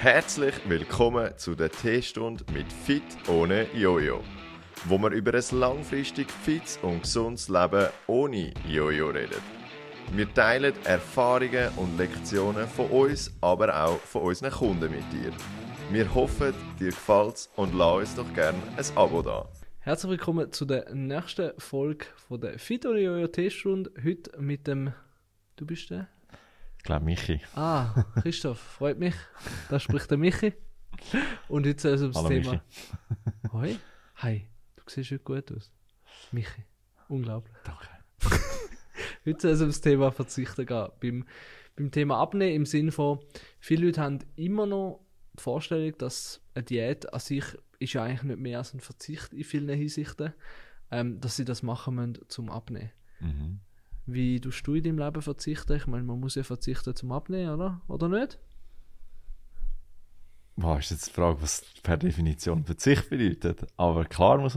Herzlich willkommen zu der Teestunde mit Fit ohne Jojo, wo wir über ein langfristig fits und gesundes Leben ohne Jojo reden. Wir teilen Erfahrungen und Lektionen von uns, aber auch von unseren Kunden mit dir. Wir hoffen, dir gefällt's und lass uns doch gerne ein Abo da. Herzlich willkommen zu der nächsten Folge von der Fit ohne Jojo Teestunde. Heute mit dem... Du bist der? Ich glaube Michi. Ah, Christoph, freut mich. Da spricht der Michi. Und heute soll es ums Hallo, Thema... Michi. Hoi. Hi, du siehst heute gut aus. Michi, unglaublich. Danke. Heute soll es ums Thema Verzichten gehen. Beim Thema Abnehmen im Sinne von, viele Leute haben immer noch die Vorstellung, dass eine Diät an sich ist ja eigentlich nicht mehr als ein Verzicht in vielen Hinsichten, dass sie das machen müssen zum Abnehmen. Mhm. Wie tust du in deinem Leben verzichten? Ich meine, man muss ja verzichten zum Abnehmen, oder? Oder nicht? Boah, ist jetzt die Frage, was per Definition Verzicht bedeutet. Aber klar muss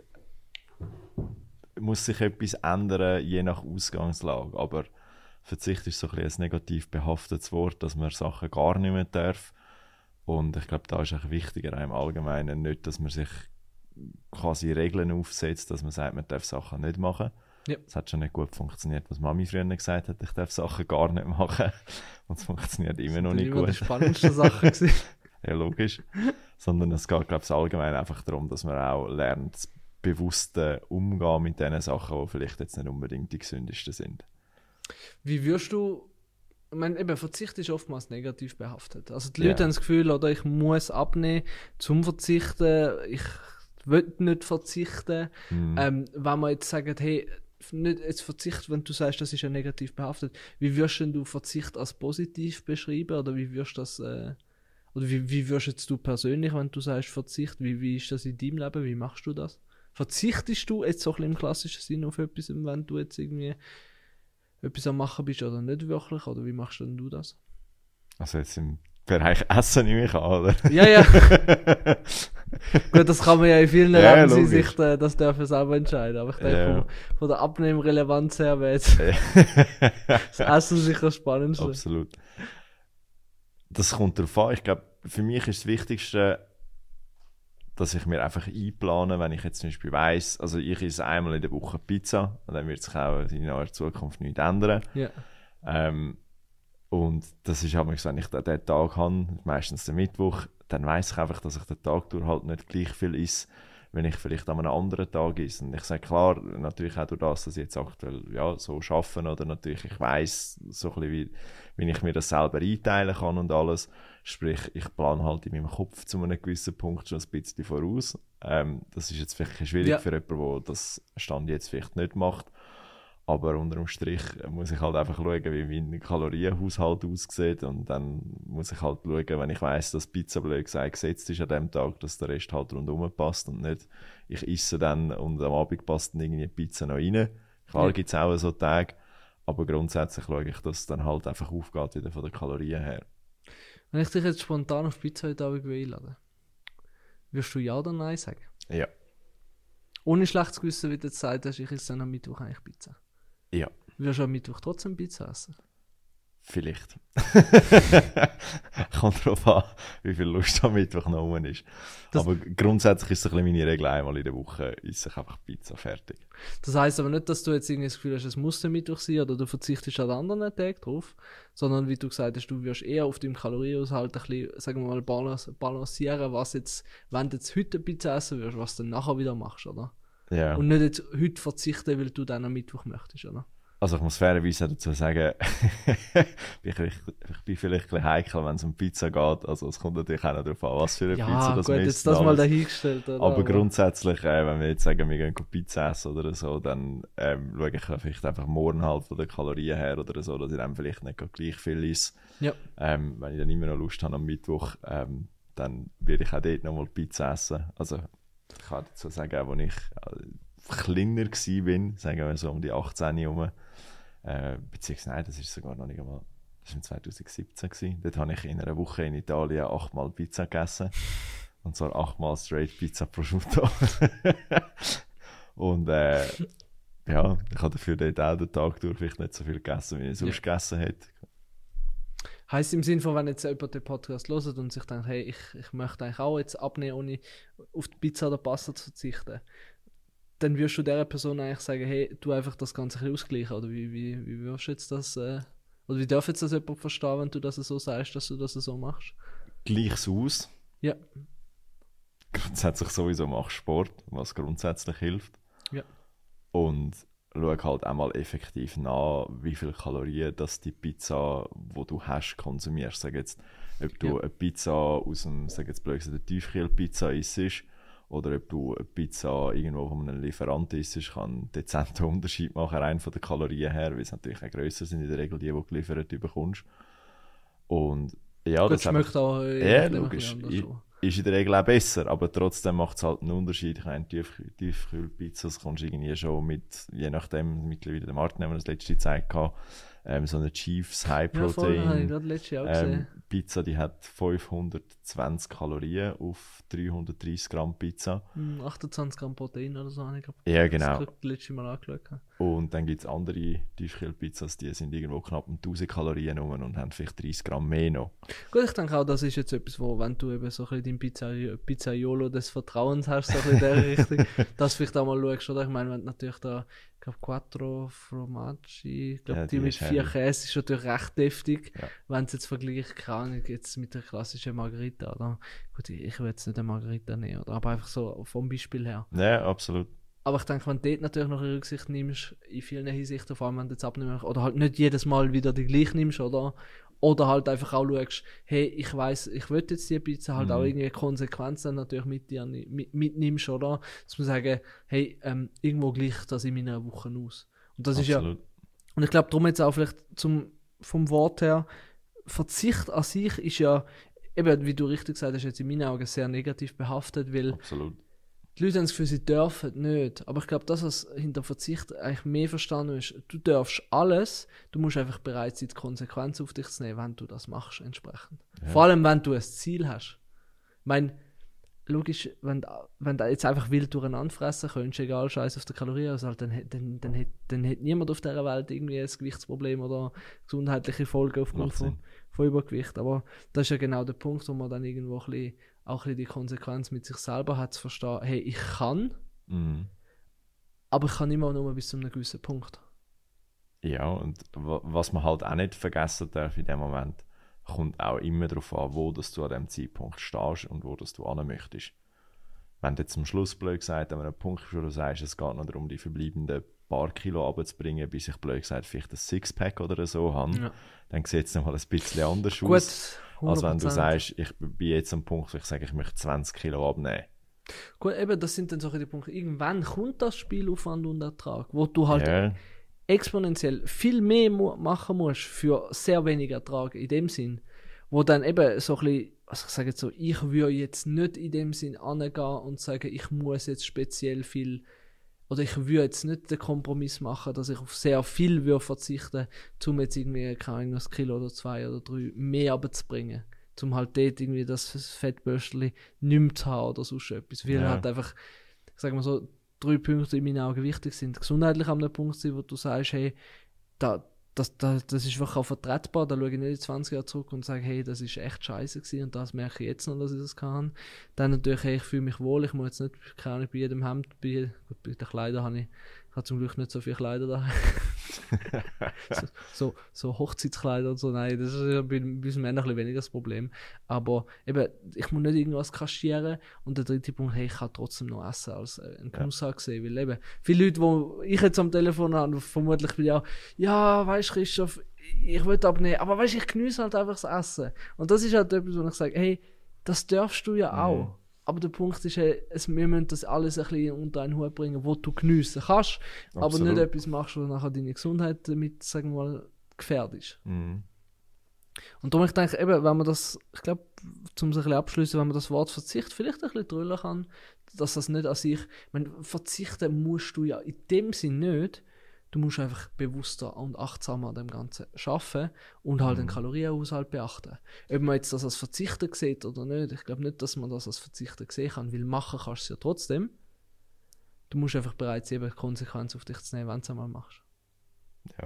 sich etwas ändern, je nach Ausgangslage. Aber Verzicht ist so ein bisschen ein negativ behaftetes Wort, dass man Sachen gar nicht mehr darf. Und ich glaube, da ist auch wichtiger im Allgemeinen nicht, dass man sich quasi Regeln aufsetzt, dass man sagt, man darf Sachen nicht machen. Ja. Das hat schon nicht gut funktioniert, was Mami früher gesagt hat, ich darf Sachen gar nicht machen. Und es funktioniert immer noch nicht gut. Das war die spannendste Sache gewesen. Ja, logisch. Sondern es geht, glaube ich, allgemein einfach darum, dass man auch lernt, das bewusste Umgehen mit den Sachen, die vielleicht jetzt nicht unbedingt die gesündesten sind. Wie würdest du... Ich meine, eben, Verzicht ist oftmals negativ behaftet. Also die Ja. Leute haben das Gefühl, oder ich muss abnehmen zum Verzichten, ich will nicht verzichten. Wenn man jetzt sagt, hey, nicht jetzt Verzicht, wenn du sagst, das ist ja negativ behaftet, wie würdest denn du Verzicht als positiv beschreiben? Oder wie würdest das, oder wie würdest jetzt du persönlich, wenn du sagst Verzicht, wie ist das in deinem Leben, wie machst du das? Verzichtest du jetzt so ein bisschen im klassischen Sinn auf etwas, wenn du jetzt irgendwie etwas am machen bist oder nicht wirklich, oder wie machst denn du das? Also jetzt im Bereich Essen nehme ich an, oder? Ja. Gut, das kann man ja in vielen Ja, Lebenshinsichten, das darf man selber entscheiden. Aber ich denke, Ja. von der Abnehmrelevanz her wäre jetzt das Essen sicher das Spannendste. Absolut. Das kommt darauf an. Ich glaube, für mich ist das Wichtigste, dass ich mir einfach einplane, wenn ich jetzt zum Beispiel weiss, also ich esse einmal in der Woche Pizza, und dann wird sich auch in naher Zukunft nichts ändern. Ja. Und das ist aber, wenn ich den Tag habe, meistens den Mittwoch, dann weiss ich einfach, dass ich den Tag durch halt nicht gleich viel esse, wenn ich vielleicht an einem anderen Tag esse. Und ich sage klar, natürlich auch durch das, dass ich jetzt aktuell ja, so arbeite, oder natürlich ich weiss, so ein bisschen wie ich mir das selber einteilen kann und alles. Sprich, ich plane halt in meinem Kopf zu einem gewissen Punkt schon ein bisschen voraus. Das ist jetzt vielleicht ein bisschen schwierig für jemanden, der das Stand jetzt vielleicht nicht macht. Aber unter dem Strich muss ich halt einfach schauen, wie mein Kalorienhaushalt aussieht. Und dann muss ich halt schauen, wenn ich weiss, dass Pizza blöd gesagt gesetzt ist an dem Tag, dass der Rest halt rundherum passt und nicht, ich esse dann und am Abend passt dann irgendwie Pizza noch rein. Klar gibt es auch so Tage, aber grundsätzlich schaue ich, dass es dann halt einfach aufgeht wieder von den Kalorien her. Wenn ich dich jetzt spontan auf Pizza heute Abend einladen, wirst du ja oder nein sagen? Ja. Ohne schlechtes Gewissen, wie du jetzt gesagt hast, ich esse dann am Mittwoch eigentlich Pizza. Ja. Wirst du am Mittwoch trotzdem Pizza essen? Vielleicht. Kommt darauf an, wie viel Lust am Mittwoch noch rum ist. Aber grundsätzlich ist es ein bisschen meine Regel, einmal in der Woche esse ich einfach Pizza fertig. Das heisst aber nicht, dass du jetzt irgendwie das Gefühl hast, es muss der Mittwoch sein oder du verzichtest an anderen Tagen drauf, sondern wie du gesagt hast, du wirst eher auf deinem Kalorienhaushalt ein bisschen, sagen wir mal, balancieren, was jetzt, wenn du jetzt heute Pizza essen wirst, was du dann nachher wieder machst, oder? Ja. Und nicht jetzt heute verzichten, weil du dann am Mittwoch möchtest, oder? Also ich muss fairerweise dazu sagen, ich bin vielleicht ein bisschen heikel, wenn es um Pizza geht. Also es kommt natürlich auch noch darauf an, was für eine Pizza das gut, ist. jetzt das mal dahingestellt, oder? Aber grundsätzlich, wenn wir jetzt sagen, wir gehen Pizza essen oder so, dann schaue ich vielleicht einfach morgen halt von den Kalorien her oder so, dass ich dann vielleicht nicht gleich viel esse. Ja. Wenn ich dann immer noch Lust habe am Mittwoch, dann werde ich auch dort nochmal Pizza essen. Also ich kann dazu sagen, als ich kleiner war, sagen wir so um die 18 herum, beziehungsweise nein, das ist sogar noch nicht einmal, das war 2017 gewesen. Dort habe ich in einer Woche in Italien 8-mal Pizza gegessen. Und zwar 8-mal straight Pizza prosciutto. Und ja, ich habe dafür dort auch den Tag durch vielleicht nicht so viel gegessen, wie ich sonst gegessen hätte. Heisst im Sinne von, wenn jetzt jemand den Podcast hört und sich denkt, hey, ich möchte eigentlich auch jetzt abnehmen, ohne auf die Pizza oder Pasta zu verzichten, dann würdest du dieser Person eigentlich sagen, hey, du einfach das Ganze ein bisschen ausgleichen, oder wie würdest du jetzt das, oder wie darf jetzt das jemand verstehen, wenn du das so sagst, dass du das so machst? Gleich's aus. Ja. Grundsätzlich sowieso mach Sport, was grundsätzlich hilft. Ja. Und schau halt einmal effektiv nach, wie viel Kalorien das die Pizza, die du hast, konsumierst. Sag jetzt, ob du eine Pizza aus dem, sag jetzt blöd gesagt, eine Tiefkühlpizza isst, oder ob du eine Pizza irgendwo von einem Lieferanten isst, kann einen dezenten Unterschied machen, rein von den Kalorien her, weil es natürlich auch grösser sind in der Regel die du geliefert bekommst. Und ja, Gut, das schmeckt auch logisch. Ist in der Regel auch besser, aber trotzdem macht es halt einen Unterschied. Ich meine, Tiefkühlpizzas kommst du irgendwie schon mit, je nachdem, mittlerweile der Martin haben wir das letzte Zeit gehabt, so eine Chiefs High Protein Pizza, die hat 520 Kalorien auf 330 Gramm Pizza. 28 Gramm Protein oder so, ich glaube. Ja, genau. Das letzte Mal angeschaut. Und dann gibt es andere Tiefkühlpizzas, die sind irgendwo knapp 1000 Kalorien rum und haben vielleicht 30 Gramm mehr noch. Gut, ich denke auch, das ist jetzt etwas, wo, wenn du eben so ein bisschen dein Pizzaiolo des Vertrauens hast, so in der Richtung, dass du vielleicht auch mal schaust, oder? Ich meine, wenn du natürlich da, ich glaube, Quattro Formaggi, ich glaube, die mit 4 Käse ist natürlich recht deftig, wenn es jetzt vergleicht, keine Ahnung, jetzt mit der klassischen Margarita, oder? Gut, ich will jetzt nicht eine Margarita nehmen, oder? Aber einfach so vom Beispiel her. Ja, absolut. Aber ich denke, wenn du dort natürlich noch in Rücksicht nimmst, in vielen Hinsichten, vor allem wenn du jetzt abnimmst, oder halt nicht jedes Mal wieder die gleiche nimmst, oder halt einfach auch schaust, hey, ich weiss, ich will jetzt die Pizza halt auch irgendwie Konsequenzen natürlich mit dir mitnimmst, oder? Dass man sagen, hey, irgendwo gleicht das in meiner Woche aus. Und das absolut. Ist ja, und ich glaube, darum jetzt auch vielleicht vom Wort her, Verzicht an sich ist ja, eben, wie du richtig gesagt hast, jetzt in meinen Augen sehr negativ behaftet, weil absolut. die Leute haben das Gefühl, sie dürfen nicht. Aber ich glaube, das, was hinter Verzicht eigentlich mehr verstanden ist, du darfst alles, du musst einfach bereit sein, die Konsequenzen auf dich zu nehmen, wenn du das machst, entsprechend. Ja. Vor allem, wenn du ein Ziel hast. Ich meine, logisch, wenn du jetzt einfach wild durcheinander fressen könntest, egal, scheiß auf die Kalorien, also halt, dann hat niemand auf dieser Welt irgendwie ein Gewichtsproblem oder gesundheitliche Folgen aufgrund von Übergewicht. Aber das ist ja genau der Punkt, wo man dann irgendwo auch ein bisschen die Konsequenz mit sich selber hat, zu verstehen, hey, ich kann, aber ich kann immer nur bis zu einem gewissen Punkt. Ja, und was man halt auch nicht vergessen darf in dem Moment, kommt auch immer darauf an, wo dass du an diesem Zeitpunkt stehst und wo dass du hin möchtest. Wenn du jetzt zum Schluss blöd gesagt an einem Punkt bist, wo du sagst, es geht noch darum, die verbleibenden paar Kilo runterzubringen, bis ich blöd gesagt vielleicht ein Sixpack oder so habe, dann sieht es noch mal ein bisschen anders aus. Als wenn du sagst, ich bin jetzt am Punkt, wo ich sage, ich möchte 20 Kilo abnehmen. Gut, eben, das sind dann solche die Punkte. Irgendwann kommt das Spielaufwand und Ertrag, wo du halt exponentiell viel mehr machen musst für sehr wenig Ertrag in dem Sinn, wo dann eben so ein bisschen, also ich sage jetzt so, ich würde jetzt nicht in dem Sinn angehen und sagen, ich muss jetzt speziell viel, oder ich würde jetzt nicht den Kompromiss machen, dass ich auf sehr viel würde verzichten, um jetzt irgendwie, keine Ahnung, ein Kilo oder 2 oder 3 mehr runterzubringen, um halt dort irgendwie das Fettbürstchen nicht mehr zu haben oder sonst etwas, weil halt einfach, sagen wir so, 3 Punkte in meinen Augen wichtig sind. Gesundheitlich an einem Punkt sein, wo du sagst, hey, das ist wirklich auch vertretbar, da schaue ich nicht in 20 Jahre zurück und sage, hey, das ist echt scheiße gewesen und das merke ich jetzt noch, dass ich das kann. Dann natürlich, hey, ich fühle mich wohl, ich muss jetzt nicht, keine Ahnung, bei jedem Hemd, bei den Kleidern habe ich zum Glück nicht so viele Kleider da. so Hochzeitskleider und so, nein, das ist ja bei uns Männern ein bisschen weniger das Problem. Aber eben, ich muss nicht irgendwas kaschieren. Und der dritte Punkt, hey, ich kann trotzdem noch essen als ein Genuss sehen, weil eben, viele Leute, die ich jetzt am Telefon habe, vermutlich bin ja, weißt du, Christoph, ich will abnehmen, aber weißt du, ich genieße halt einfach das Essen. Und das ist halt etwas, wo ich sage, hey, das darfst du ja auch. Aber der Punkt ist, wir müssen das alles ein bisschen unter einen Hut bringen, wo du geniessen kannst, aber nicht etwas machst, wo du nachher deine Gesundheit damit, sagen wir mal, gefährdest. Und darum, ich denke, eben, wenn man das, ich glaube, um es ein bisschen abschließen, wenn man das Wort Verzicht vielleicht ein bisschen drüllen kann, dass das nicht an sich, ich meine, verzichten musst du ja in dem Sinn nicht, du musst einfach bewusster und achtsamer an dem Ganzen arbeiten und halt den Kalorienhaushalt beachten. Ob man jetzt das als Verzichten sieht oder nicht, ich glaube nicht, dass man das als Verzichten sehen kann, weil machen kannst du es ja trotzdem. Du musst einfach bereit sein, Konsequenzen auf dich zu nehmen, wenn du es einmal machst. Ja,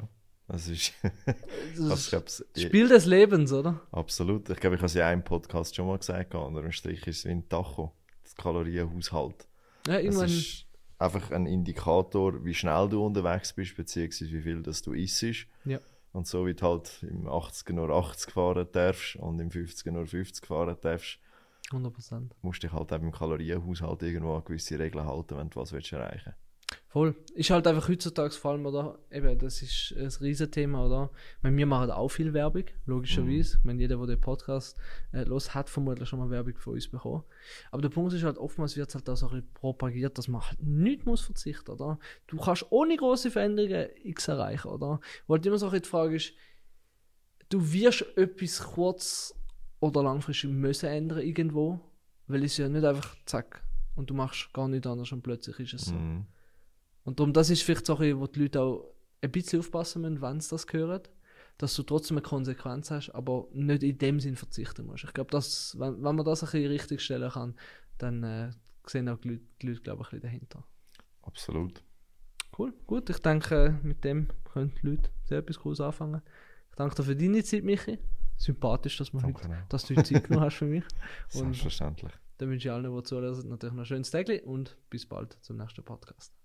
Das ist Das Spiel des Lebens, oder? absolut. Ich glaube, ich habe es in einem Podcast schon mal gesagt, unter dem Strich ist es wie ein Tacho, das Kalorienhaushalt. Ja, Es irgendwann. ist einfach ein Indikator, wie schnell du unterwegs bist, beziehungsweise wie viel das du isst. Ja. Und so wie du halt im 80er nur 80 fahren darfst und im 50er nur 50 fahren darfst, 100%. musst du dich halt auch im Kalorienhaushalt irgendwo an gewisse Regeln halten, wenn du was erreichen willst. Voll. Ist halt einfach heutzutage vor allem, oder? Eben, das ist ein Riesenthema, oder? Ich meine, wir machen auch viel Werbung, logischerweise. Ich meine, jeder, der den Podcast los hat vermutlich schon mal Werbung von uns bekommen. Aber der Punkt ist halt, oftmals wird es halt auch so ein bisschen propagiert, dass man halt nichts muss verzichten, oder? Du kannst ohne große Veränderungen X erreichen, oder? Wo halt immer so ein bisschen die Frage ist, du wirst etwas kurz- oder langfristig müssen ändern irgendwo, weil es ja nicht einfach zack und du machst gar nichts anderes und plötzlich ist es so. Mhm. Und darum, das ist vielleicht so ein bisschen, wo die Leute auch ein bisschen aufpassen müssen, wenn sie das hören, dass du trotzdem eine Konsequenz hast, aber nicht in dem Sinn verzichten musst. Ich glaube, wenn man das ein bisschen richtig stellen kann, dann sehen auch die Leute, glaube ich, ein bisschen dahinter. Absolut. Cool, gut. Ich denke, mit dem können die Leute sehr etwas Cooles anfangen. Ich danke dir für deine Zeit, Michi. Sympathisch, dass, Danke heute, auch. dass du heute Zeit genommen hast für mich. Und Selbstverständlich. dann wünsche ich allen, die zuhören, natürlich noch ein schönes Tag und bis bald zum nächsten Podcast.